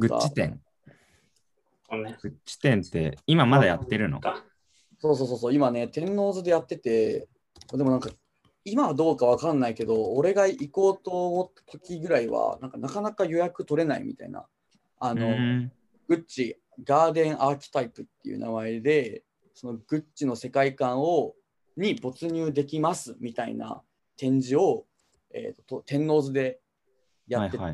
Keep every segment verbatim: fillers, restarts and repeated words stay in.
グッなんか、 チ店。 ね、 グッチ店って今まだやってるの？ そうそうそうそう、今ね、天王洲でやってて、でもなんか、今はどうかわかんないけど、俺が行こうと思った時ぐらいは、なんかなかなか予約取れないみたいな。あうの、 ーん。 グッチガーデンアーキタイプっていう名前で、そのグッチの世界観をに没入できますみたいな展示を、えーと、天王洲でやってて、 はいはい。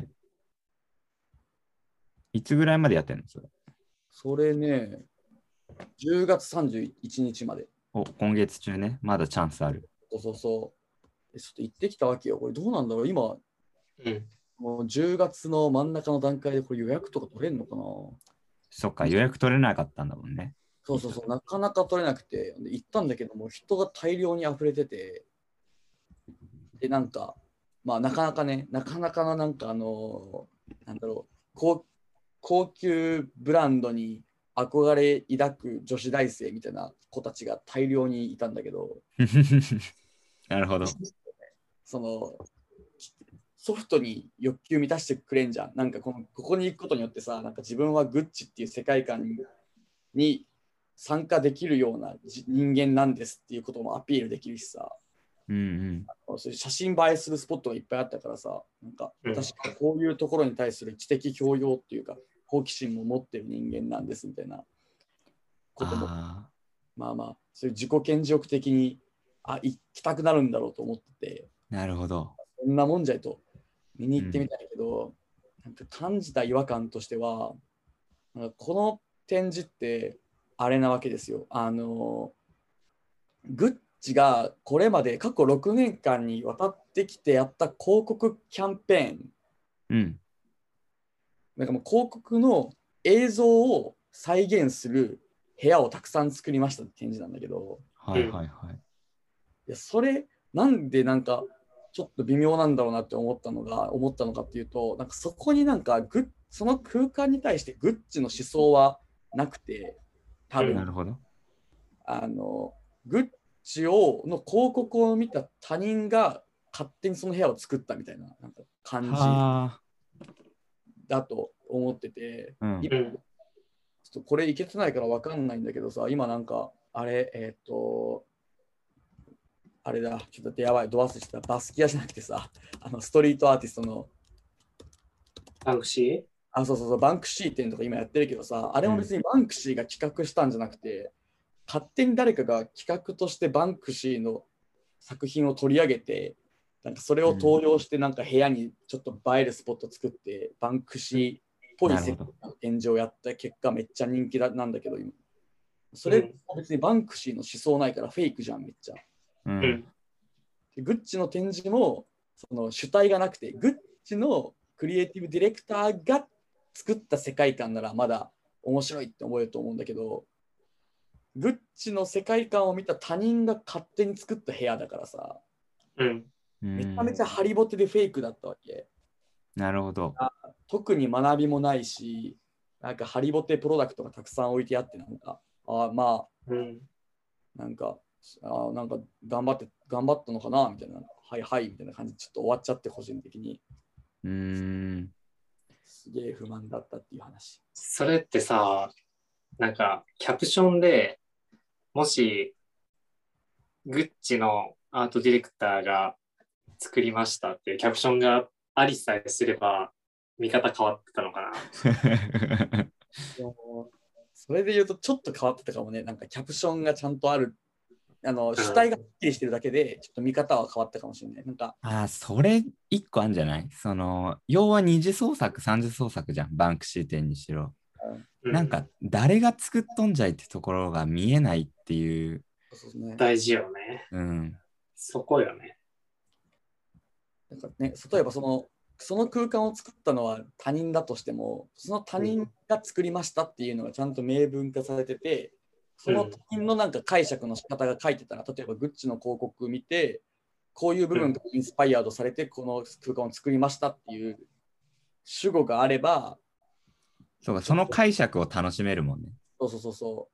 いつぐらいまでやってるのそれ？ それね、じゅうがつさんじゅういちにちまで。 お、今月中ね。まだチャンスある。 そうそうそう。ちょっと行ってきたわけよ。これどうなんだろう今、 うん。 もうじゅうがつの真ん中の段階でこれ予約とか取れるのかな。 そっか、予約取れなかったんだもんね。 そうそうそう、なかなか取れなくて、で行ったんだけども、人が大量に溢れてて、で、なんか、まあ、なかなかね、なかなかのなんか、あのーなんだろう、高、高級ブランドに憧れ抱く女子大生みたいな子たちが大量にいたんだけど、 なるほど。 その、ソフトに欲求満たしてくれんじゃん。なんかこの、ここに行くことによってさ、なんか自分はグッチっていう世界観にに参加できるような人間なんですっていうこともアピールできるしさ、 うんそういう写真映えするスポットがいっぱいあったからさ、なんか私はこういうところに対する知的教養っていうか、好奇心も持ってる人間なんですみたいなことも、 あまあまあ、そういう自己顕示欲的に、あ、行きたくなるんだろうと思ってて、 あ、なるほど。 そんなもんじゃいと見に行ってうんみたいけど、なんか感じた違和感としては、なんかこの展示ってあれなわけですよ。あの、グッチがこれまで過去ろくねんかんにわたってきてやった広告キャンペーン、 うん。 なんかもう広告の映像を再現する部屋をたくさん作りましたって展示なんだけど、 はいはいはい。 いやそれなんでなんかちょっと微妙なんだろうなって思ったのが思ったのかっていうと、なんかそこになんかグッその空間に対してグッチの思想はなくて、多分、 なるほど。 あのグッチをの広告を見た他人が勝手にその部屋を作ったみたいな、なんか感じはだと思ってて、 あ。うん。 今ちょっとこれいけてないから分かんないんだけどさ、今なんかあれえっ、とあれだ、ちょっとやばい、ド忘れしてた。バスキアじゃなくてさ、あのストリートアーティストの、 バンクシあ、そうそうそう、バンクシー展とか今やってるけどさ、あれも別にバンクシーが企画したんじゃなくて、勝手に誰かが企画としてバンクシーの作品を取り上げて、なんかそれを登用してなんか部屋にちょっと映えるスポット作って、バンクシーっぽいなるほど。 展示をやった結果めっちゃ人気だなんだけど、今。それ別にバンクシーの思想ないからフェイクじゃん、めっちゃ。 う。 ー。うんん。 でグッチの展示もその主体がなくて、グッチのクリエイティブディレクターが作った世界観ならまだ面白いって思えると思うんだけど、グッチの世界観を見た他人が勝手に作った部屋だからさ、 うん。 めちゃめちゃハリボテでフェイクだったわけ。 なるほど。 特に学びもないし、なんかハリボテプロダクトがたくさん置いてあって、なんか、あまあ、 うん。 なんか、あなんか頑張って、頑張ったのかなみたいな、はいはいみたいな感じでちょっと終わっちゃって、個人的に。 うーん。 すげえ不満だったっていう話。 それってさ、なんかキャプションでもしグッチのアートディレクターが作りましたっていうキャプションがありさえすれば見方変わってたのかな。 それで言うとちょっと変わってたかもね。なんかキャプションがちゃんとある。あの主体がはっきりしてるだけで、ちょっと見方は変わったかもしれない。なんかああ、それ一個あるんじゃない？その、要は二次創作、三次創作じゃん。バンクシー展にしろ。 うん、 なんか、誰が作っとんじゃいってところが見えないっていう。 そうですね。 大事よね。 うん。 そこよね。 なんかね、例えばその、その空間を作ったのは他人だとしても、その他人が作りましたっていうのがちゃんと明文化されてて、その他人のなんか解釈の仕方が書いてたら、例えばグッチの広告を見て、こういう部分がインスパイアードされて、この空間を作りましたっていう主語があれば、 そうか、その解釈を楽しめるもんね。 そうそうそうそう。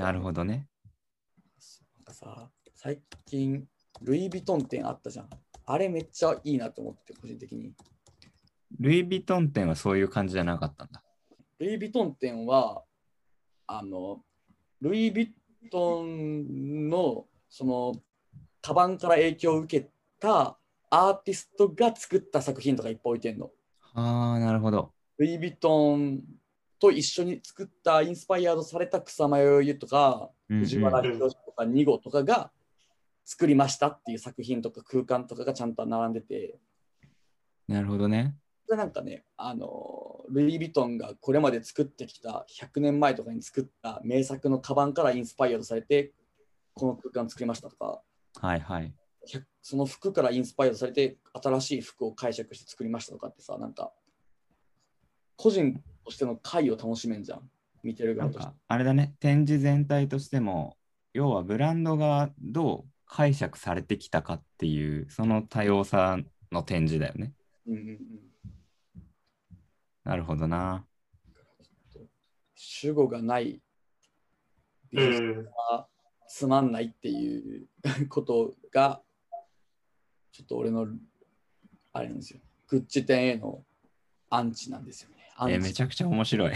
なるほどね。 なんかさ、最近、ルイ・ヴィトン店あったじゃん。あれめっちゃいいなと思って、個人的に。 ルイ・ヴィトン店はそういう感じじゃなかったんだ。 ルイ・ヴィトン店は、あの、ルイ・ヴィトンのその、カバンから影響を受けたアーティストが作った作品とかいっぱい置いてんの。 ああ、なるほど。 ルイ・ヴィトンと一緒に作ったインスパイアードされた草間彌生とか、 うんうん藤原宏とかニゴとかが作りましたっていう作品とか空間とかがちゃんと並んでて、 なるほどね。 でなんかね、あのルイ・ヴィトンがこれまで作ってきたひゃくねんまえとかに作った名作のカバンからインスパイアードされてこの空間を作りましたとか、 はいはい。 その服からインスパイアードされて新しい服を解釈して作りましたとかってさ、なんか個人としての回を楽しめんじゃん、見てるなん側として。 かあれだね、展示全体としても、要はブランドがどう解釈されてきたかっていう、その多様さの展示だよね。 うんうんうん、 なるほどな。 主語がない美術はつまんないっていうことが、ちょっと俺のあれなんですよ。グッチ店へのアンチなんですよね。アンチえーめちゃくちゃ面白い。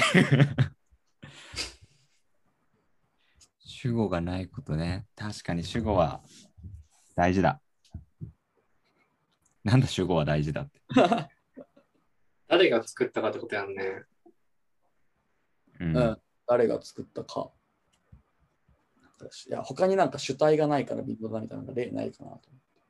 主語がないことね。確かに主語は大事だ。なんだ主語は大事だって。 誰が作ったかってことやんね。 ううんん、誰が作ったか。いや、他になんか主体がないから微妙だみたいな例ないかなと。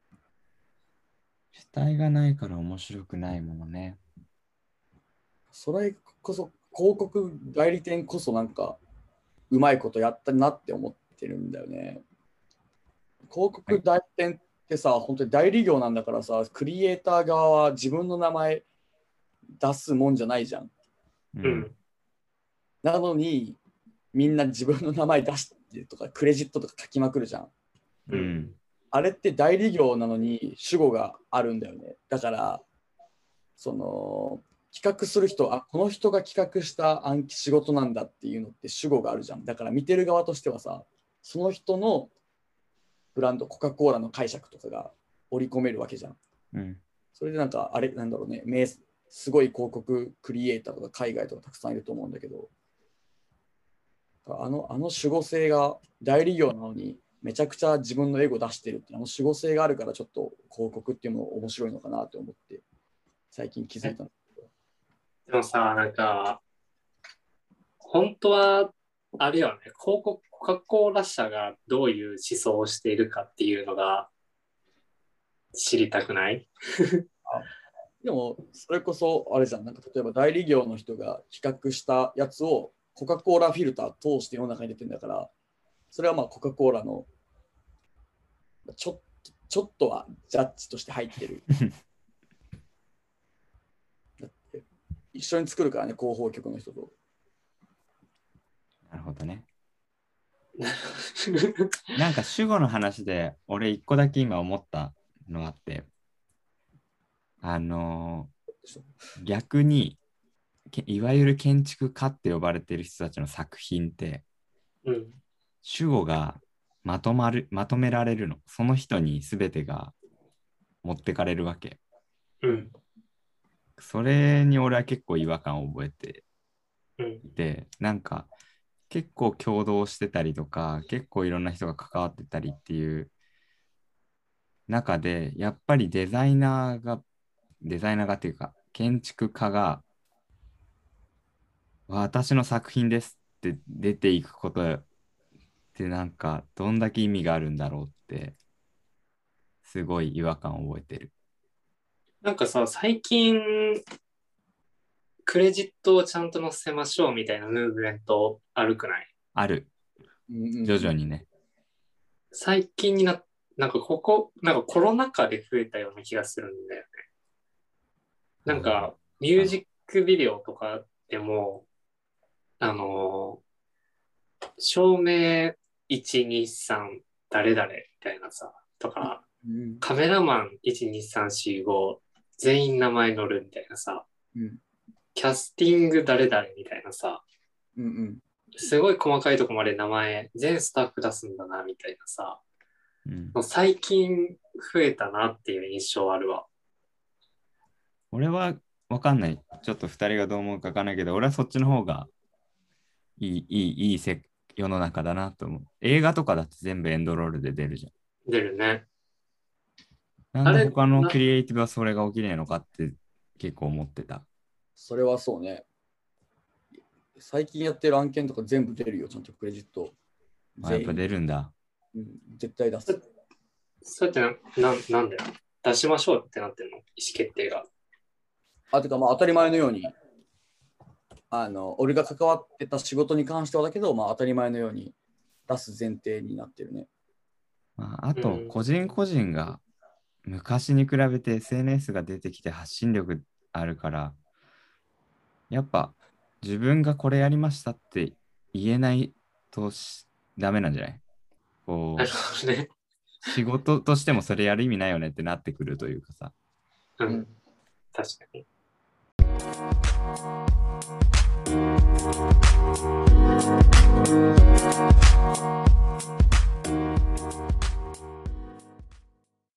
主体がないから面白くないものね。 それこそ広告代理店こそなんかうまいことやったなって思ってるんだよね。広告代理店ってさ、本当に代理業なんだからさ、クリエイター側は自分の名前出すもんじゃないじゃん。 ううんん。 なのに、みんな自分の名前出してとか、クレジットとか書きまくるじゃん。 うん。 あれって代理業なのに主語があるんだよね。だから、その、企画する人、あ、この人が企画した暗記仕事なんだっていうのって主語があるじゃん。だから見てる側としてはさ、その人のブランド、コカ・コーラの解釈とかが織り込めるわけじゃん。 うん。 それでなんか、あれ、なんだろうね、名すごい広告クリエイターとか海外とかたくさんいると思うんだけど、あのあの守護性が代理業なのにめちゃくちゃ自分のエゴ出してるっていうあの守護性があるからちょっと広告っていうのも面白いのかなと思って最近気づいたんだけど。 でもさ、なんか、本当は、あれよね、広告、コカ・コーラ社がどういう思想をしているかっていうのが知りたくない？ でもそれこそあれじゃん、なんか例えば代理業の人が企画したやつをコカ・コーラフィルター通して世の中に出てるんだから、それはまあコカ・コーラのちょっとちょっとはジャッジとして入ってる。だって一緒に作るからね、広報局の人と。 なるほどね。なんか主語の話で俺一個だけ今思ったのがあって、あのー逆にけいわゆる建築家って呼ばれてる人たちの作品ってうん。 主語がまとまるまとめられるの。その人に全てが持ってかれるわけ。 うん。 それに俺は結構違和感を覚えてうん。 いて、なんか結構共同してたりとか、結構いろんな人が関わってたりっていう中で、やっぱりデザイナーが、デザイナーがっていうか、建築家が、私の作品ですって出ていくことってなんか、どんだけ意味があるんだろうって、すごい違和感を覚えてる。 なんかさ、最近、クレジットをちゃんと載せましょうみたいなムーブメントあるくない？ ある、徐々にね。 最近にな、なんかここ、なんかコロナ禍で増えたような気がするんだよね。なんか、ミュージックビデオとかでも、あのー照明いちにさん誰々みたいなさ、とか、 うんカメラマンいちにさんしご全員名前載るみたいなさ、 うんキャスティング誰々みたいなさ、 うんうんすごい細かいとこまで名前、全スタッフ出すんだなみたいなさ、 うんもう最近増えたなっていう印象あるわ。 俺はわかんない。ちょっとふたりがどう思うかわかんないけど、俺はそっちの方がいい、いい、いいせ世の中だなと思う。映画とかだって全部エンドロールで出るじゃん。 出るね。 なんであれ他のなクリエイティブはそれが起きねえのかって結構思ってた。 それはそうね。最近やってる案件とか全部出るよ、ちゃんとクレジット。 あ、やっぱ出るんだ。 うん、絶対出す。 そうやってな、ななんだよ。出しましょうってなってるの意思決定が。 あ、てかまあ当たり前のように、あの、俺が関わってた仕事に関してはだけど、まあ当たり前のように出す前提になってるね。 まあ、あとうん、 個人個人が昔に比べて エスエヌエス が出てきて発信力あるから、やっぱ自分がこれやりましたって言えないとしダメなんじゃないこなるう、 ほどね。 仕事としてもそれやる意味ないよねってなってくるというかさ。 ううんん。 確かに。 Thank you.